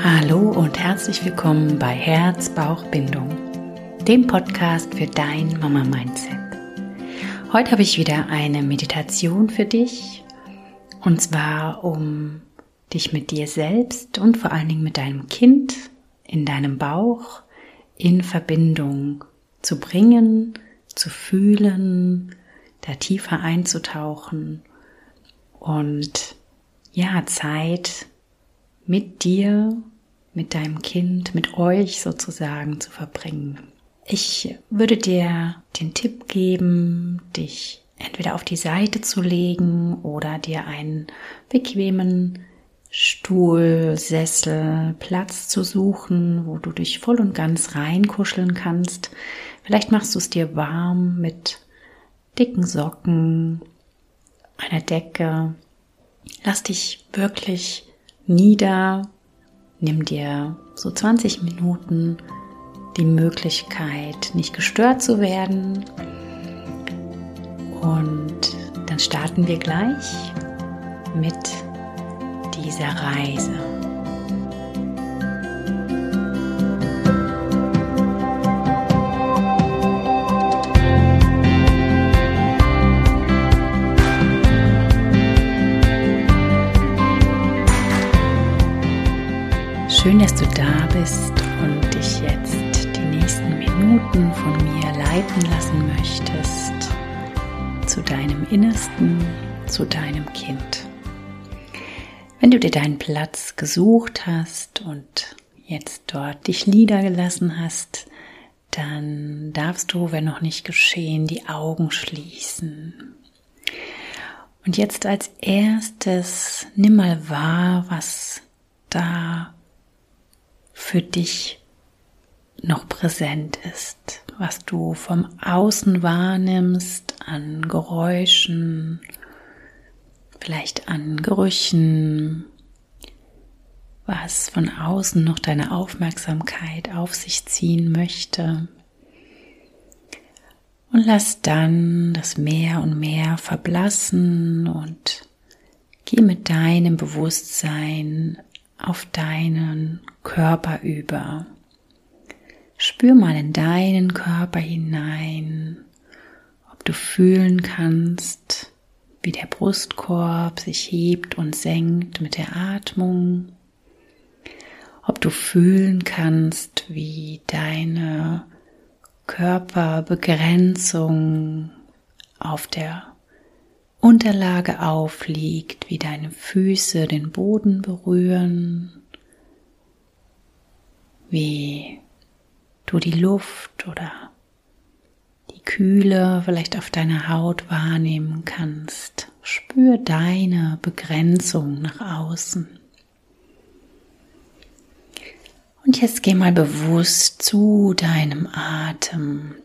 Hallo und herzlich willkommen bei Herz-Bauch-Bindung, dem Podcast für dein Mama-Mindset. Heute habe ich wieder eine Meditation für dich, und zwar um dich mit dir selbst und vor allen Dingen mit deinem Kind in deinem Bauch in Verbindung zu bringen, zu fühlen, da tiefer einzutauchen und Zeit mit dir, mit deinem Kind, mit euch sozusagen zu verbringen. Ich würde dir den Tipp geben, dich entweder auf die Seite zu legen oder dir einen bequemen Stuhl, Sessel, Platz zu suchen, wo du dich voll und ganz reinkuscheln kannst. Vielleicht machst du es dir warm mit dicken Socken, einer Decke. Lass dich wirklich nieder, nimm dir so 20 Minuten die Möglichkeit, nicht gestört zu werden, und dann starten wir gleich mit dieser Reise. Schön, dass du da bist und dich jetzt die nächsten Minuten von mir leiten lassen möchtest zu deinem Innersten, zu deinem Kind. Wenn du dir deinen Platz gesucht hast und jetzt dort dich niedergelassen hast, dann darfst du, wenn noch nicht geschehen, die Augen schließen. Und jetzt als erstes nimm mal wahr, was da für dich noch präsent ist, was du vom Außen wahrnimmst an Geräuschen, vielleicht an Gerüchen, was von außen noch deine Aufmerksamkeit auf sich ziehen möchte. Und lass dann das mehr und mehr verblassen und geh mit deinem Bewusstsein auf deinen Körper über. Spür mal in deinen Körper hinein, ob du fühlen kannst, wie der Brustkorb sich hebt und senkt mit der Atmung. Ob du fühlen kannst, wie deine Körperbegrenzung auf der Unterlage aufliegt, wie deine Füße den Boden berühren, wie du die Luft oder die Kühle vielleicht auf deiner Haut wahrnehmen kannst. Spür deine Begrenzung nach außen. Und jetzt geh mal bewusst zu deinem Atem.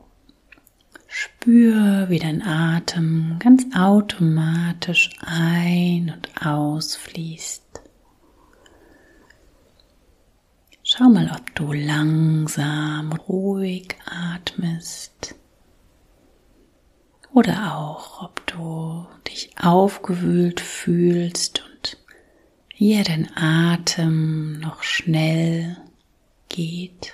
Spür, wie dein Atem ganz automatisch ein- und ausfließt. Schau mal, ob du langsam, ruhig atmest oder auch, ob du dich aufgewühlt fühlst und hier dein Atem noch schnell geht.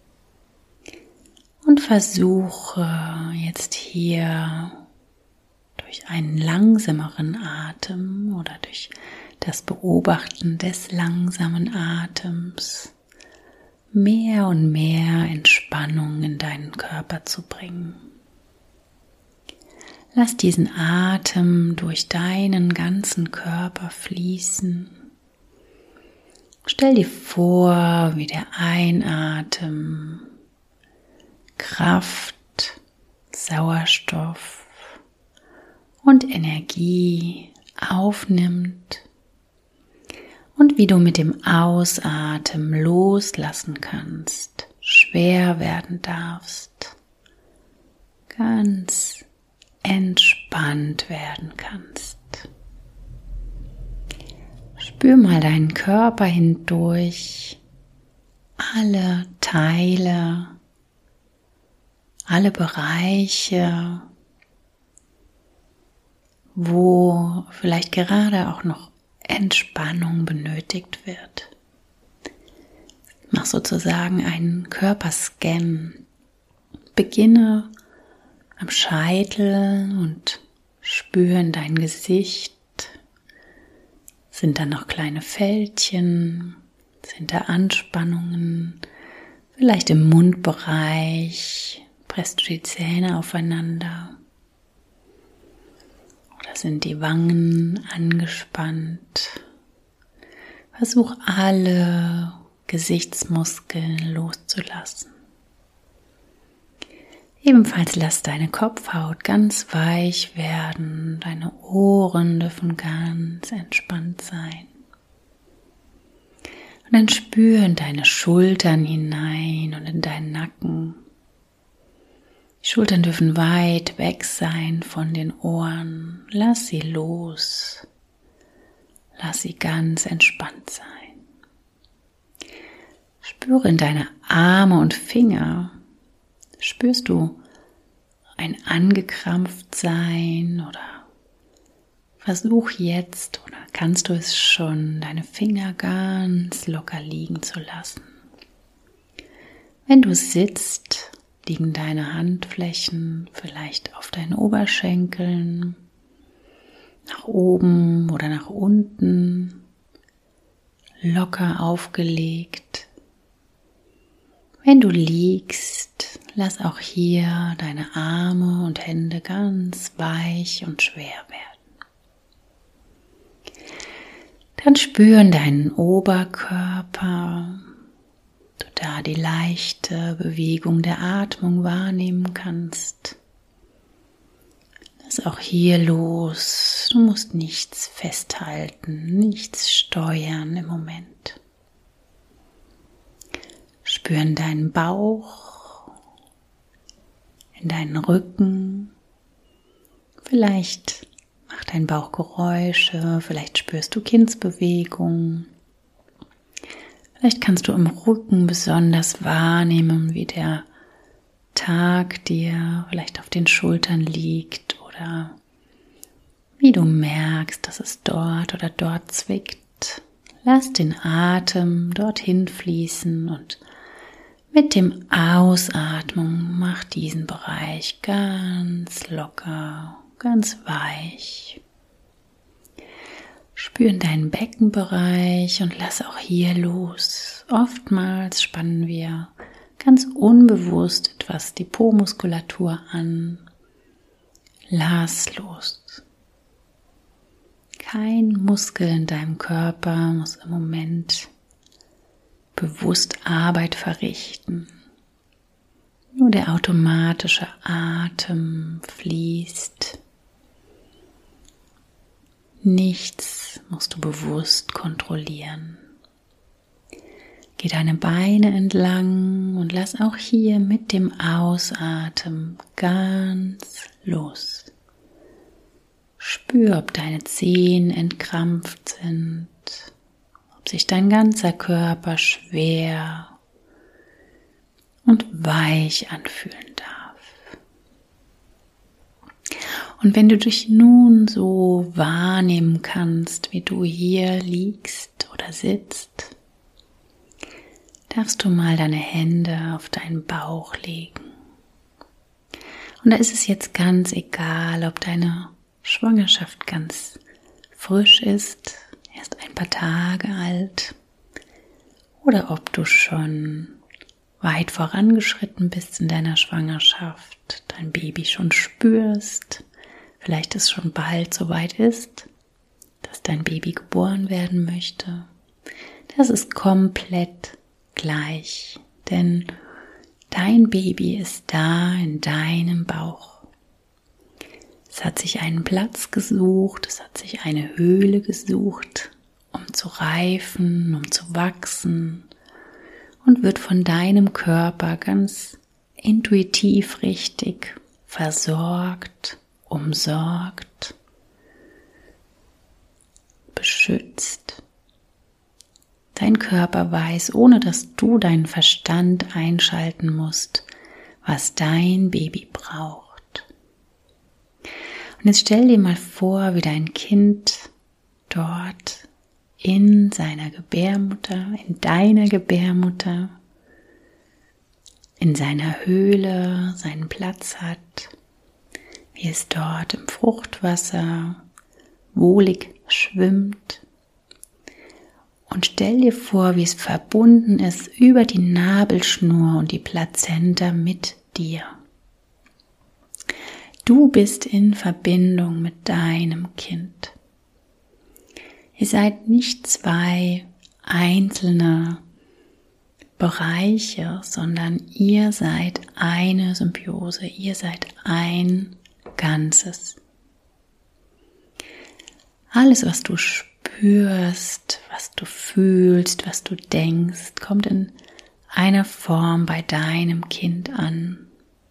Und versuche jetzt hier durch einen langsameren Atem oder durch das Beobachten des langsamen Atems mehr und mehr Entspannung in deinen Körper zu bringen. Lass diesen Atem durch deinen ganzen Körper fließen. Stell dir vor, wie der Einatem Kraft, Sauerstoff und Energie aufnimmt und wie du mit dem Ausatmen loslassen kannst, schwer werden darfst, ganz entspannt werden kannst. Spür mal deinen Körper hindurch, alle Teile, alle Bereiche, wo vielleicht gerade auch noch Entspannung benötigt wird. Mach sozusagen einen Körperscan. Beginne am Scheitel und spüre in dein Gesicht. Sind da noch kleine Fältchen? Sind da Anspannungen? Vielleicht im Mundbereich? Presst du die Zähne aufeinander? Oder sind die Wangen angespannt? Versuch alle Gesichtsmuskeln loszulassen. Ebenfalls lass deine Kopfhaut ganz weich werden, deine Ohren dürfen ganz entspannt sein. Und dann spür in deine Schultern hinein und in deinen Nacken. Die Schultern dürfen weit weg sein von den Ohren. Lass sie los. Lass sie ganz entspannt sein. Spüre in deine Arme und Finger. Spürst du ein Angekrampftsein oder versuch jetzt oder kannst du es schon, deine Finger ganz locker liegen zu lassen. Wenn du sitzt, liegen deine Handflächen vielleicht auf deinen Oberschenkeln, nach oben oder nach unten, locker aufgelegt. Wenn du liegst, lass auch hier deine Arme und Hände ganz weich und schwer werden. Dann spüren deinen Oberkörper, du da die leichte Bewegung der Atmung wahrnehmen kannst. Lass auch hier los, du musst nichts festhalten, nichts steuern im Moment. Spür in deinen Bauch, in deinen Rücken. Vielleicht macht dein Bauch Geräusche, vielleicht spürst du Kindsbewegungen. Vielleicht kannst du im Rücken besonders wahrnehmen, wie der Tag dir vielleicht auf den Schultern liegt oder wie du merkst, dass es dort oder dort zwickt. Lass den Atem dorthin fließen und mit dem Ausatmen mach diesen Bereich ganz locker, ganz weich. Spür in deinen Beckenbereich und lass auch hier los. Oftmals spannen wir ganz unbewusst etwas die Po-Muskulatur an. Lass los. Kein Muskel in deinem Körper muss im Moment bewusst Arbeit verrichten. Nur der automatische Atem fließt. Nichts musst du bewusst kontrollieren. Geh deine Beine entlang und lass auch hier mit dem Ausatmen ganz los. Spür, ob deine Zehen entkrampft sind, ob sich dein ganzer Körper schwer und weich anfühlen darf. Und wenn du dich nun so wahrnehmen kannst, wie du hier liegst oder sitzt, darfst du mal deine Hände auf deinen Bauch legen. Und da ist es jetzt ganz egal, ob deine Schwangerschaft ganz frisch ist, erst ein paar Tage alt, oder ob du schon weit vorangeschritten bist in deiner Schwangerschaft, dein Baby schon spürst, vielleicht es schon bald so weit ist, dass dein Baby geboren werden möchte. Das ist komplett gleich, denn dein Baby ist da in deinem Bauch. Es hat sich einen Platz gesucht, es hat sich eine Höhle gesucht, um zu reifen, um zu wachsen und wird von deinem Körper ganz intuitiv richtig versorgt, umsorgt, beschützt. Dein Körper weiß, ohne dass du deinen Verstand einschalten musst, was dein Baby braucht. Und jetzt stell dir mal vor, wie dein Kind dort in seiner Gebärmutter, in deiner Gebärmutter, in seiner Höhle seinen Platz hat, wie es dort im Fruchtwasser wohlig schwimmt. Und stell dir vor, wie es verbunden ist über die Nabelschnur und die Plazenta mit dir. Du bist in Verbindung mit deinem Kind. Ihr seid nicht zwei einzelne Bereiche, sondern ihr seid eine Symbiose, ihr seid ein Ganzes. Alles, was du spürst, was du fühlst, was du denkst, kommt in einer Form bei deinem Kind an.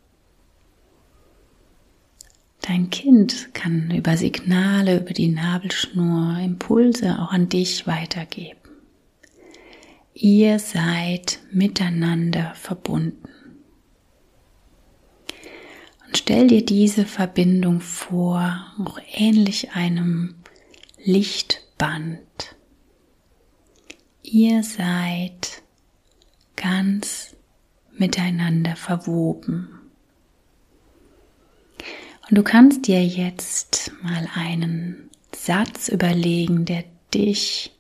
Dein Kind kann über Signale, über die Nabelschnur, Impulse auch an dich weitergeben. Ihr seid miteinander verbunden. Und stell dir diese Verbindung vor, auch ähnlich einem Lichtband. Ihr seid ganz miteinander verwoben. Und du kannst dir jetzt mal einen Satz überlegen, der dich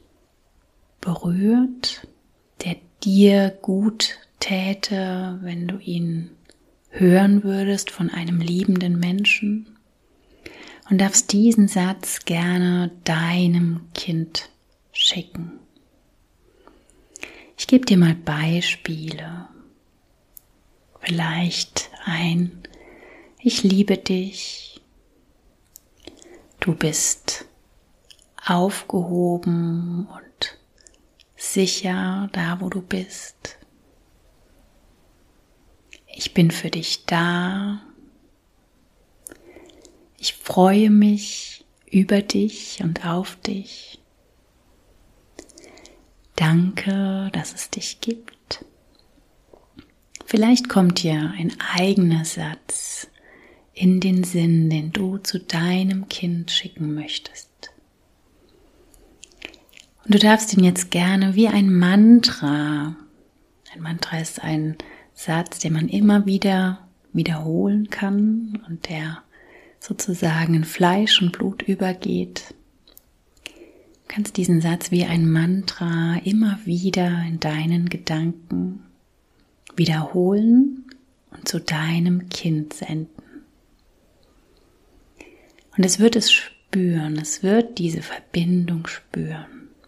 berührt, der dir gut täte, wenn du ihn hören würdest von einem liebenden Menschen. Und darfst diesen Satz gerne deinem Kind schicken. Ich gebe dir mal Beispiele. Vielleicht ein: Ich liebe dich. Du bist aufgehoben und sicher da, wo du bist. Ich bin für dich da. Ich freue mich über dich und auf dich. Danke, dass es dich gibt. Vielleicht kommt dir ein eigener Satz in den Sinn, den du zu deinem Kind schicken möchtest. Und du darfst ihn jetzt gerne wie ein Mantra ist ein Satz, den man immer wieder wiederholen kann und der sozusagen in Fleisch und Blut übergeht. Du kannst diesen Satz wie ein Mantra immer wieder in deinen Gedanken wiederholen und zu deinem Kind senden. Und es wird es spüren, es wird diese Verbindung spüren.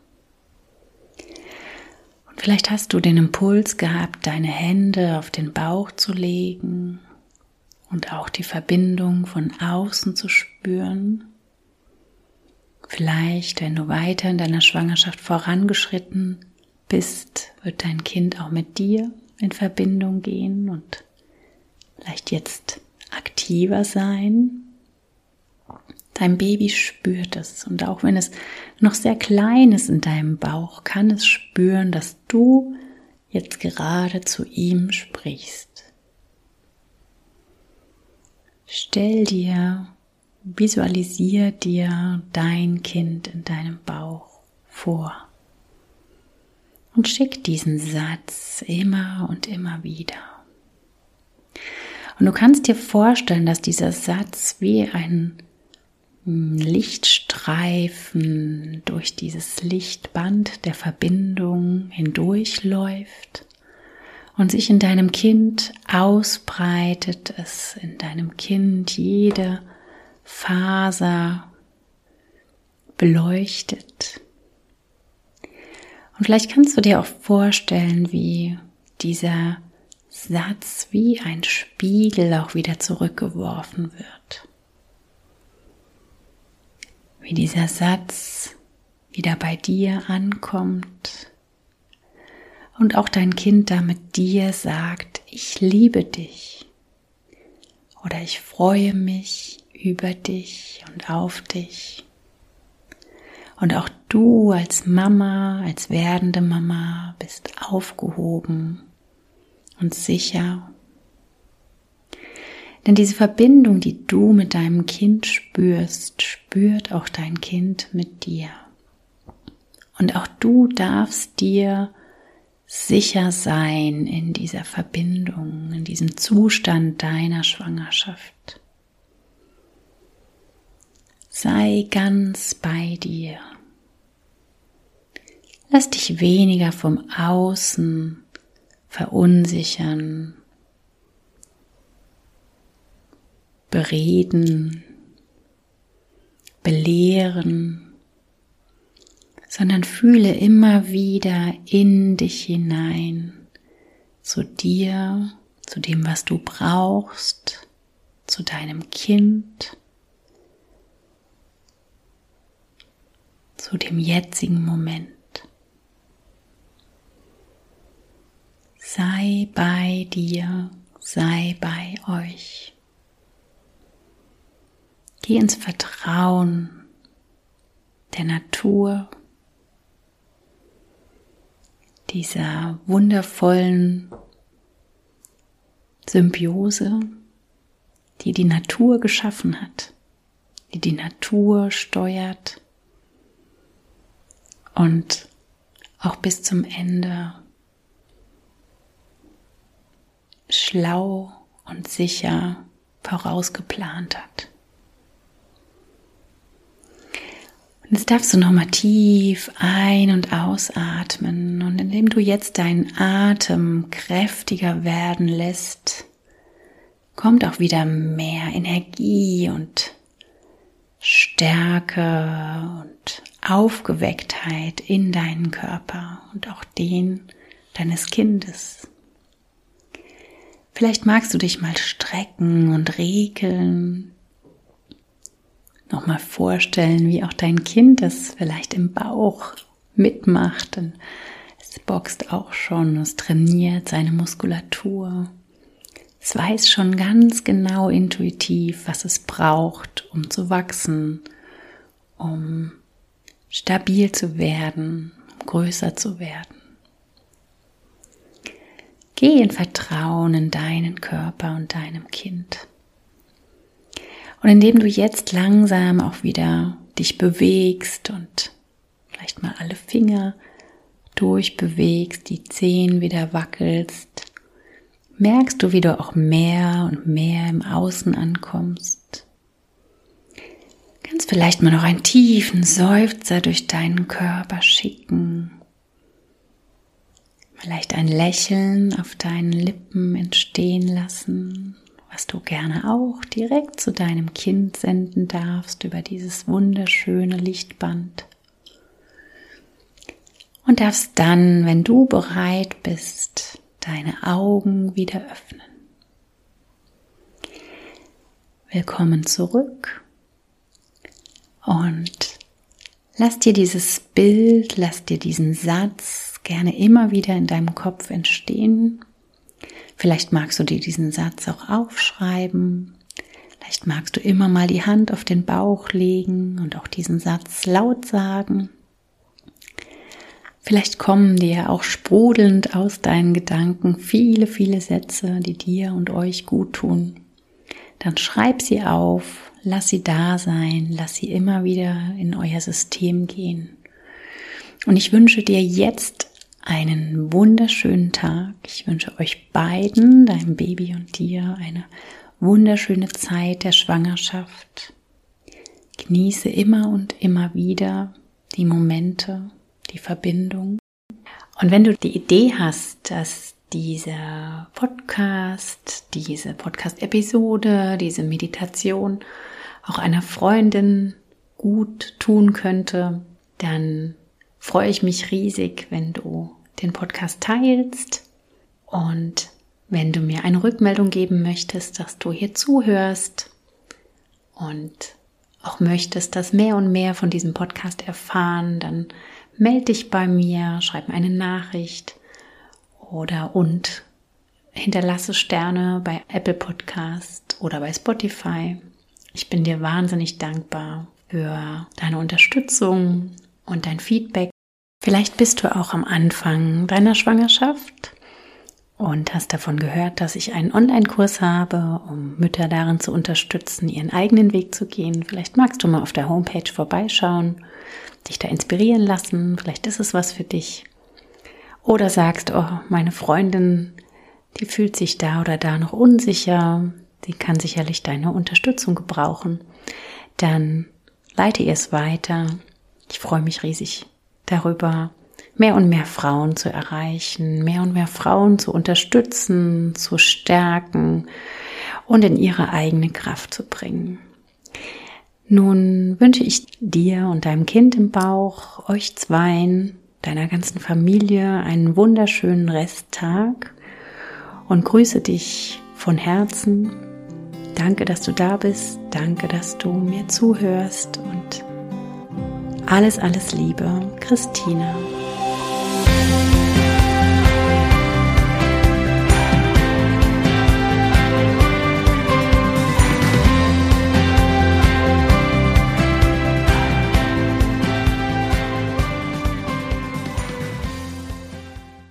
Und vielleicht hast du den Impuls gehabt, deine Hände auf den Bauch zu legen und auch die Verbindung von außen zu spüren. Vielleicht, wenn du weiter in deiner Schwangerschaft vorangeschritten bist, wird dein Kind auch mit dir in Verbindung gehen und vielleicht jetzt aktiver sein. Dein Baby spürt es und auch wenn es noch sehr klein ist in deinem Bauch, kann es spüren, dass du jetzt gerade zu ihm sprichst. Visualisier dir dein Kind in deinem Bauch vor und schick diesen Satz immer und immer wieder. Und du kannst dir vorstellen, dass dieser Satz wie ein Lichtstreifen durch dieses Lichtband der Verbindung hindurchläuft und sich in deinem Kind ausbreitet, es in deinem Kind jede Faser beleuchtet. Und vielleicht kannst du dir auch vorstellen, wie dieser Satz wie ein Spiegel auch wieder zurückgeworfen wird. Wie dieser Satz wieder bei dir ankommt und auch dein Kind damit dir sagt: Ich liebe dich oder ich freue mich über dich und auf dich. Und auch du als Mama, als werdende Mama bist aufgehoben und sicher. Denn diese Verbindung, die du mit deinem Kind spürst, spürt auch dein Kind mit dir. Und auch du darfst dir sicher sein in dieser Verbindung, in diesem Zustand deiner Schwangerschaft. Sei ganz bei dir. Lass dich weniger vom Außen verunsichern, bereden, belehren, sondern fühle immer wieder in dich hinein, zu dir, zu dem, was du brauchst, zu deinem Kind, zu dem jetzigen Moment. Sei bei dir, sei bei euch. Geh ins Vertrauen der Natur, dieser wundervollen Symbiose, die die Natur geschaffen hat, die die Natur steuert und auch bis zum Ende schlau und sicher vorausgeplant hat. Und jetzt darfst du nochmal tief ein- und ausatmen und indem du jetzt deinen Atem kräftiger werden lässt, kommt auch wieder mehr Energie und Stärke und Aufgewecktheit in deinen Körper und auch den deines Kindes. Vielleicht magst du dich mal strecken und regeln. Nochmal vorstellen, wie auch dein Kind das vielleicht im Bauch mitmacht. Und es boxt auch schon, es trainiert seine Muskulatur. Es weiß schon ganz genau intuitiv, was es braucht, um zu wachsen, um stabil zu werden, um größer zu werden. Geh in Vertrauen in deinen Körper und deinem Kind. Und indem du jetzt langsam auch wieder dich bewegst und vielleicht mal alle Finger durchbewegst, die Zehen wieder wackelst, merkst du, wie du auch mehr und mehr im Außen ankommst. Kannst vielleicht mal noch einen tiefen Seufzer durch deinen Körper schicken. Vielleicht ein Lächeln auf deinen Lippen entstehen lassen, was du gerne auch direkt zu deinem Kind senden darfst über dieses wunderschöne Lichtband. Und darfst dann, wenn du bereit bist, deine Augen wieder öffnen. Willkommen zurück und lass dir dieses Bild, lass dir diesen Satz gerne immer wieder in deinem Kopf entstehen. Vielleicht magst du dir diesen Satz auch aufschreiben. Vielleicht magst du immer mal die Hand auf den Bauch legen und auch diesen Satz laut sagen. Vielleicht kommen dir auch sprudelnd aus deinen Gedanken viele, viele Sätze, die dir und euch gut tun. Dann schreib sie auf, lass sie da sein, lass sie immer wieder in euer System gehen. Und ich wünsche dir jetzt einen wunderschönen Tag. Ich wünsche euch beiden, deinem Baby und dir, eine wunderschöne Zeit der Schwangerschaft. Genieße immer und immer wieder die Momente, die Verbindung. Und wenn du die Idee hast, dass diese Podcast-Episode, diese Meditation auch einer Freundin gut tun könnte, dann freue ich mich riesig, wenn du den Podcast teilst und wenn du mir eine Rückmeldung geben möchtest, dass du hier zuhörst und auch möchtest, dass mehr und mehr von diesem Podcast erfahren, dann melde dich bei mir, schreib mir eine Nachricht und hinterlasse Sterne bei Apple Podcast oder bei Spotify. Ich bin dir wahnsinnig dankbar für deine Unterstützung und dein Feedback. Vielleicht bist du auch am Anfang deiner Schwangerschaft und hast davon gehört, dass ich einen Online-Kurs habe, um Mütter darin zu unterstützen, ihren eigenen Weg zu gehen. Vielleicht magst du mal auf der Homepage vorbeischauen. dich da inspirieren lassen. Vielleicht ist es was für dich. Oder sagst, oh, meine Freundin, die fühlt sich da oder da noch unsicher. Die kann sicherlich deine Unterstützung gebrauchen. Dann leite ihr es weiter. Ich freue mich riesig darüber, mehr und mehr Frauen zu erreichen, mehr und mehr Frauen zu unterstützen, zu stärken und in ihre eigene Kraft zu bringen. Nun wünsche ich dir und deinem Kind im Bauch, euch zweien, deiner ganzen Familie einen wunderschönen Resttag und grüße dich von Herzen. Danke, dass du da bist. Danke, dass du mir zuhörst und alles Liebe, Christina.